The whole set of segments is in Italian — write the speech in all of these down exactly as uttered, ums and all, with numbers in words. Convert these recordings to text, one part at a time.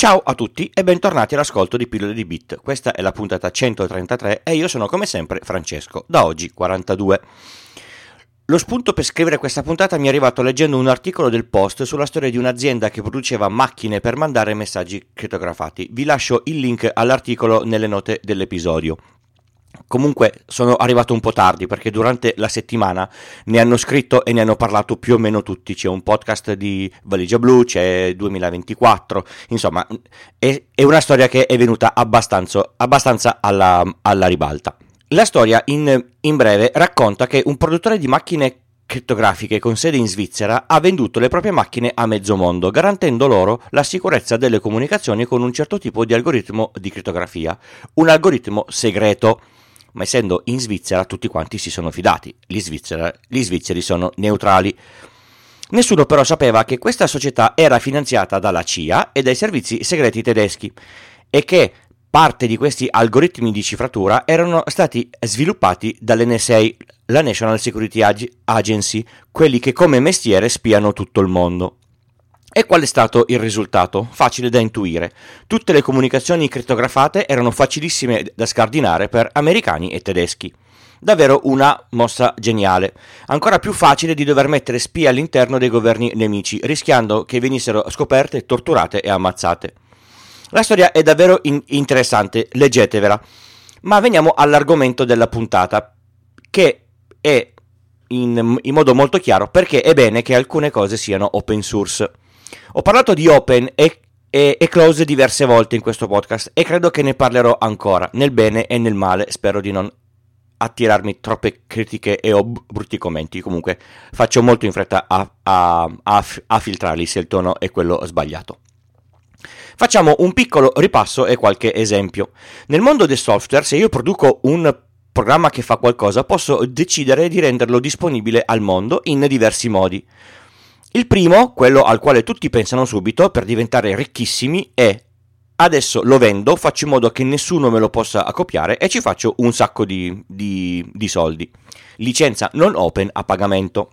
Ciao a tutti e bentornati all'ascolto di Pillole di Bit. Questa è la puntata centotrentatré e io sono come sempre Francesco, da oggi quarantadue. Lo spunto per scrivere questa puntata mi è arrivato leggendo un articolo del Post sulla storia di un'azienda che produceva macchine per mandare messaggi crittografati. Vi lascio il link all'articolo nelle note dell'episodio. Comunque sono arrivato un po' tardi perché durante la settimana ne hanno scritto e ne hanno parlato più o meno tutti. C'è un podcast di Valigia Blu, c'è duemilaventiquattro, insomma è, è una storia che è venuta abbastanza, abbastanza alla, alla ribalta. La storia in, in breve racconta che un produttore di macchine crittografiche con sede in Svizzera ha venduto le proprie macchine a mezzo mondo, garantendo loro la sicurezza delle comunicazioni con un certo tipo di algoritmo di crittografia, un algoritmo segreto. Ma essendo in Svizzera tutti quanti si sono fidati, gli, Svizzera, gli svizzeri sono neutrali. Nessuno però sapeva che questa società era finanziata dalla C I A e dai servizi segreti tedeschi e che parte di questi algoritmi di cifratura erano stati sviluppati dall'N S A, la National Security Agency, quelli che come mestiere spiano tutto il mondo. E qual è stato il risultato? Facile da intuire. Tutte le comunicazioni crittografate erano facilissime da scardinare per americani e tedeschi. Davvero una mossa geniale. Ancora più facile di dover mettere spie all'interno dei governi nemici, rischiando che venissero scoperte, torturate e ammazzate. La storia è davvero in- interessante, leggetevela. Ma veniamo all'argomento della puntata, che è in, in modo molto chiaro perché è bene che alcune cose siano open source. Ho parlato di open e, e, e close diverse volte in questo podcast e credo che ne parlerò ancora, nel bene e nel male. Spero di non attirarmi troppe critiche e o brutti commenti. Comunque faccio molto in fretta a, a, a, a filtrarli se il tono è quello sbagliato. Facciamo un piccolo ripasso e qualche esempio. Nel mondo del software, se io produco un programma che fa qualcosa, posso decidere di renderlo disponibile al mondo in diversi modi. Il primo, quello al quale tutti pensano subito per diventare ricchissimi, è: adesso lo vendo, faccio in modo che nessuno me lo possa copiare e ci faccio un sacco di, di, di soldi. Licenza non open a pagamento.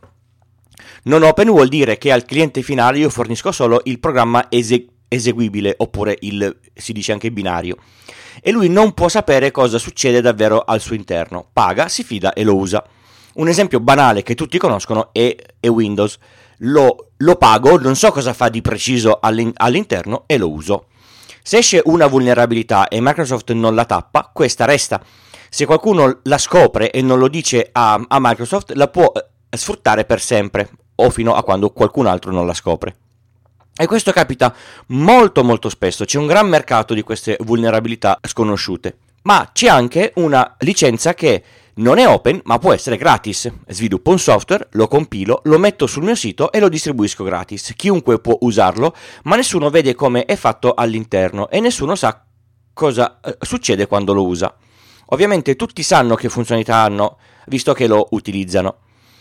Non open vuol dire che al cliente finale io fornisco solo il programma ese- eseguibile, oppure il, si dice anche binario, e lui non può sapere cosa succede davvero al suo interno. Paga, si fida e lo usa. Un esempio banale che tutti conoscono è, è Windows. Lo, lo pago, non so cosa fa di preciso all'in- all'interno e lo uso. Se esce una vulnerabilità e Microsoft non la tappa, questa resta. Se qualcuno la scopre e non lo dice a, a Microsoft, la può eh, sfruttare per sempre, o fino a quando qualcun altro non la scopre. E questo capita molto molto spesso, c'è un gran mercato di queste vulnerabilità sconosciute. Ma c'è anche una licenza che non è open, ma può essere gratis. Sviluppo un software, lo compilo, lo metto sul mio sito e lo distribuisco gratis. Chiunque può usarlo, ma nessuno vede come è fatto all'interno e nessuno sa cosa eh, succede quando lo usa. Ovviamente tutti sanno che funzionalità hanno, visto che lo utilizzano.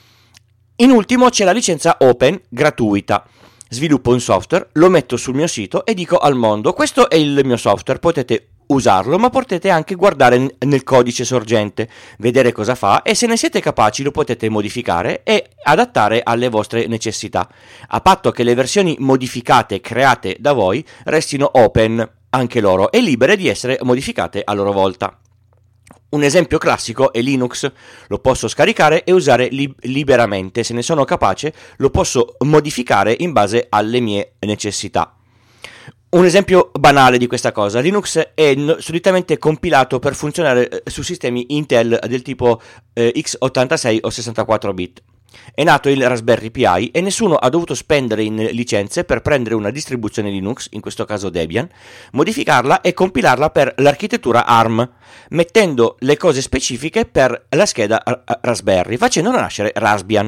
In ultimo c'è la licenza open gratuita. Sviluppo un software, lo metto sul mio sito e dico al mondo: questo è il mio software, potete usarlo, ma potete anche guardare nel codice sorgente, vedere cosa fa e se ne siete capaci lo potete modificare e adattare alle vostre necessità, a patto che le versioni modificate create da voi restino open anche loro e libere di essere modificate a loro volta. Un esempio classico è Linux, lo posso scaricare e usare lib- liberamente, se ne sono capace lo posso modificare in base alle mie necessità. Un esempio banale di questa cosa: Linux è n- solitamente compilato per funzionare eh, su sistemi Intel del tipo eh, x ottantasei o sessantaquattro bit. È nato il Raspberry Pi e nessuno ha dovuto spendere in licenze per prendere una distribuzione Linux, in questo caso Debian, modificarla e compilarla per l'architettura A R M, mettendo le cose specifiche per la scheda Raspberry, facendo nascere Raspbian.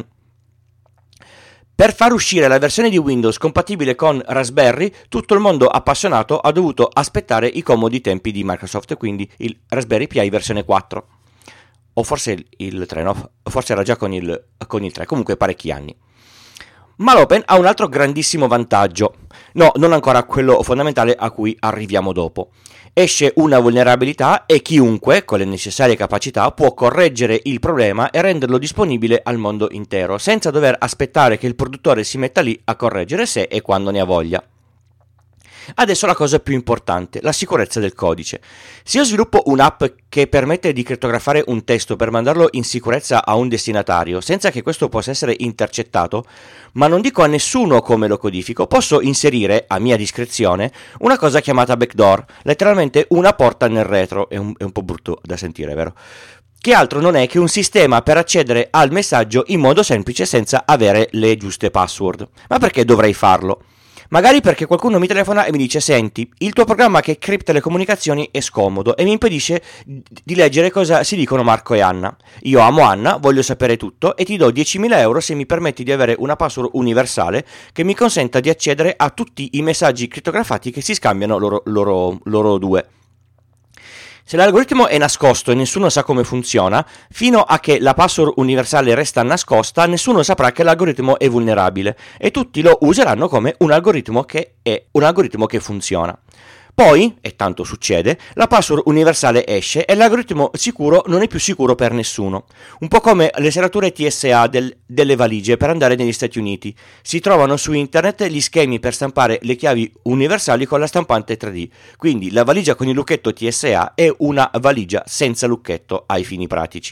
Per far uscire la versione di Windows compatibile con Raspberry, tutto il mondo appassionato ha dovuto aspettare i comodi tempi di Microsoft, quindi il Raspberry Pi versione quattro. O forse il tre, no? Forse era già con il, con il tre, comunque parecchi anni. Ma l'Open ha un altro grandissimo vantaggio. No, non ancora quello fondamentale a cui arriviamo dopo. Esce una vulnerabilità e chiunque, con le necessarie capacità, può correggere il problema e renderlo disponibile al mondo intero, senza dover aspettare che il produttore si metta lì a correggere se e quando ne ha voglia. Adesso la cosa più importante, la sicurezza del codice. Se io sviluppo un'app che permette di crittografare un testo per mandarlo in sicurezza a un destinatario, senza che questo possa essere intercettato, ma non dico a nessuno come lo codifico, posso inserire, a mia discrezione, una cosa chiamata backdoor, letteralmente una porta nel retro, è un, è un po' brutto da sentire, vero? Che altro non è che un sistema per accedere al messaggio in modo semplice senza avere le giuste password. Ma perché dovrei farlo? Magari perché qualcuno mi telefona e mi dice: senti, il tuo programma che cripta le comunicazioni è scomodo e mi impedisce di leggere cosa si dicono Marco e Anna. Io amo Anna, voglio sapere tutto e ti do diecimila euro se mi permetti di avere una password universale che mi consenta di accedere a tutti i messaggi crittografati che si scambiano loro, loro, loro due. Se l'algoritmo è nascosto e nessuno sa come funziona, fino a che la password universale resta nascosta, nessuno saprà che l'algoritmo è vulnerabile e tutti lo useranno come un algoritmo che è un algoritmo che funziona. Poi, e tanto succede, la password universale esce e l'algoritmo sicuro non è più sicuro per nessuno. Un po' come le serrature T S A del, delle valigie per andare negli Stati Uniti. Si trovano su internet gli schemi per stampare le chiavi universali con la stampante tre D. Quindi la valigia con il lucchetto T S A è una valigia senza lucchetto ai fini pratici.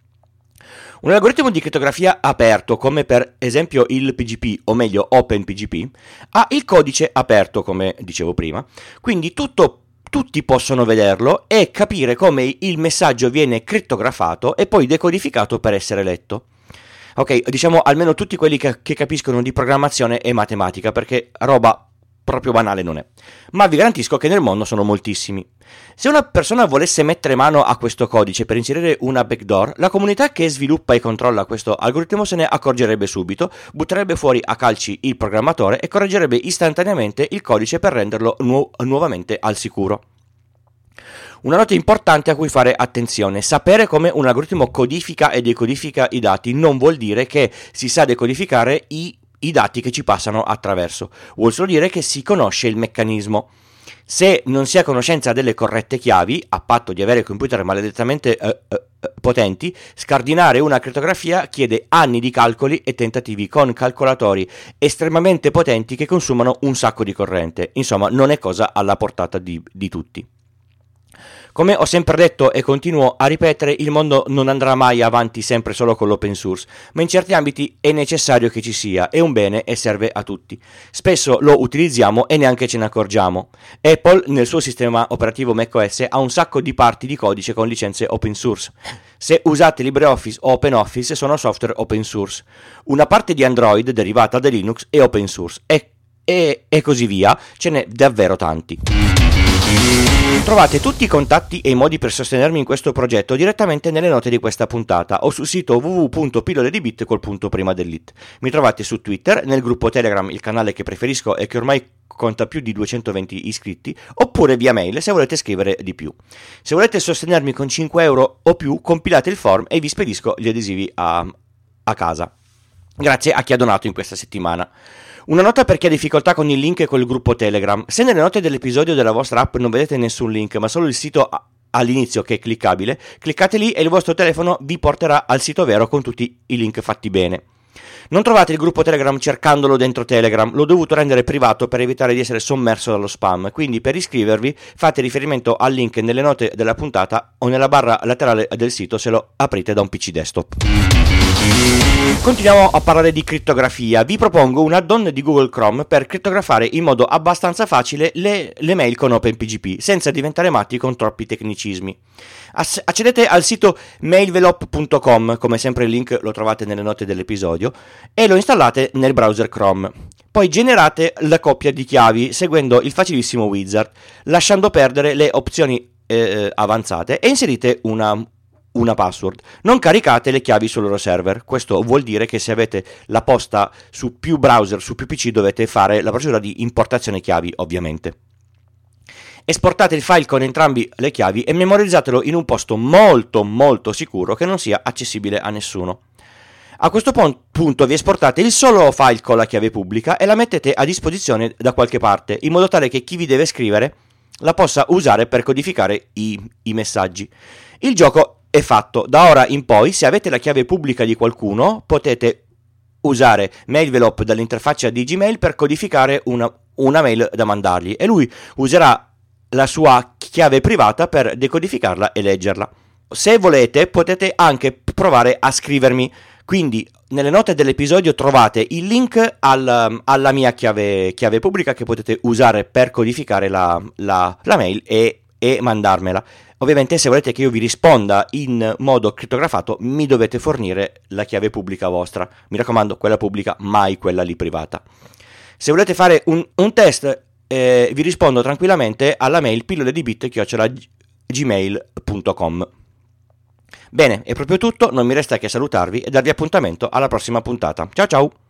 Un algoritmo di crittografia aperto, come per esempio il P G P, o meglio OpenPGP, ha il codice aperto, come dicevo prima, quindi tutto, tutti possono vederlo e capire come il messaggio viene crittografato e poi decodificato per essere letto. Ok, diciamo almeno tutti quelli che, che capiscono di programmazione e matematica, perché roba proprio banale non è, ma vi garantisco che nel mondo sono moltissimi. Se una persona volesse mettere mano a questo codice per inserire una backdoor, la comunità che sviluppa e controlla questo algoritmo se ne accorgerebbe subito, butterebbe fuori a calci il programmatore e correggerebbe istantaneamente il codice per renderlo nu- nuovamente al sicuro. Una nota importante a cui fare attenzione: sapere come un algoritmo codifica e decodifica i dati non vuol dire che si sa decodificare i i dati che ci passano attraverso, vuol solo dire che si conosce il meccanismo. Se non si ha conoscenza delle corrette chiavi, a patto di avere computer maledettamente eh, eh, potenti, scardinare una crittografia chiede anni di calcoli e tentativi con calcolatori estremamente potenti che consumano un sacco di corrente. Insomma, non è cosa alla portata di, di tutti. Come ho sempre detto e continuo a ripetere, il mondo non andrà mai avanti sempre solo con l'open source, ma in certi ambiti è necessario che ci sia, è un bene e serve a tutti. Spesso lo utilizziamo e neanche ce ne accorgiamo. Apple nel suo sistema operativo macOS ha un sacco di parti di codice con licenze open source. Se usate LibreOffice o OpenOffice sono software open source. Una parte di Android derivata da Linux è open source e, e, e così via, ce n'è davvero tanti. Trovate tutti i contatti e i modi per sostenermi in questo progetto direttamente nelle note di questa puntata o sul sito w w w punto pillole di bit col punto prima dell'it. Mi trovate su Twitter, nel gruppo Telegram, il canale che preferisco e che ormai conta più di duecentoventi iscritti, oppure via mail se volete scrivere di più. Se volete sostenermi con cinque euro o più, compilate il form e vi spedisco gli adesivi a, a casa. Grazie a chi ha donato in questa settimana. Una nota per chi ha difficoltà con il link e col gruppo Telegram: se nelle note dell'episodio della vostra app non vedete nessun link ma solo il sito all'inizio che è cliccabile, cliccate lì e il vostro telefono vi porterà al sito vero con tutti i link fatti bene. Non trovate il gruppo Telegram cercandolo dentro Telegram, l'ho dovuto rendere privato per evitare di essere sommerso dallo spam, quindi per iscrivervi fate riferimento al link nelle note della puntata o nella barra laterale del sito se lo aprite da un P C desktop. Continuiamo a parlare di crittografia. Vi propongo un add-on di Google Chrome per crittografare in modo abbastanza facile le, le mail con OpenPGP, senza diventare matti con troppi tecnicismi. As- accedete al sito mailvelop punto com, come sempre il link lo trovate nelle note dell'episodio, e lo installate nel browser Chrome. Poi generate la coppia di chiavi seguendo il facilissimo wizard, lasciando perdere le opzioni eh, avanzate e inserite una una password. Non caricate le chiavi sul loro server. Questo vuol dire che se avete la posta su più browser, su più P C, dovete fare la procedura di importazione chiavi, ovviamente. Esportate il file con entrambi le chiavi e memorizzatelo in un posto molto molto sicuro che non sia accessibile a nessuno. A questo punto vi esportate il solo file con la chiave pubblica e la mettete a disposizione da qualche parte, in modo tale che chi vi deve scrivere la possa usare per codificare i, i messaggi. Il gioco è fatto. Da ora in poi, se avete la chiave pubblica di qualcuno, potete usare Mailvelop dall'interfaccia di Gmail per codificare una, una mail da mandargli e lui userà la sua chiave privata per decodificarla e leggerla. Se volete potete anche provare a scrivermi, quindi nelle note dell'episodio trovate il link al, alla mia chiave, chiave pubblica che potete usare per codificare la, la, la mail e, e mandarmela. Ovviamente se volete che io vi risponda in modo crittografato mi dovete fornire la chiave pubblica vostra, mi raccomando quella pubblica, mai quella lì privata. Se volete fare un, un test eh, vi rispondo tranquillamente alla mail pillole di bit chiocciola gmail punto com. Bene, è proprio tutto, non mi resta che salutarvi e darvi appuntamento alla prossima puntata. Ciao ciao!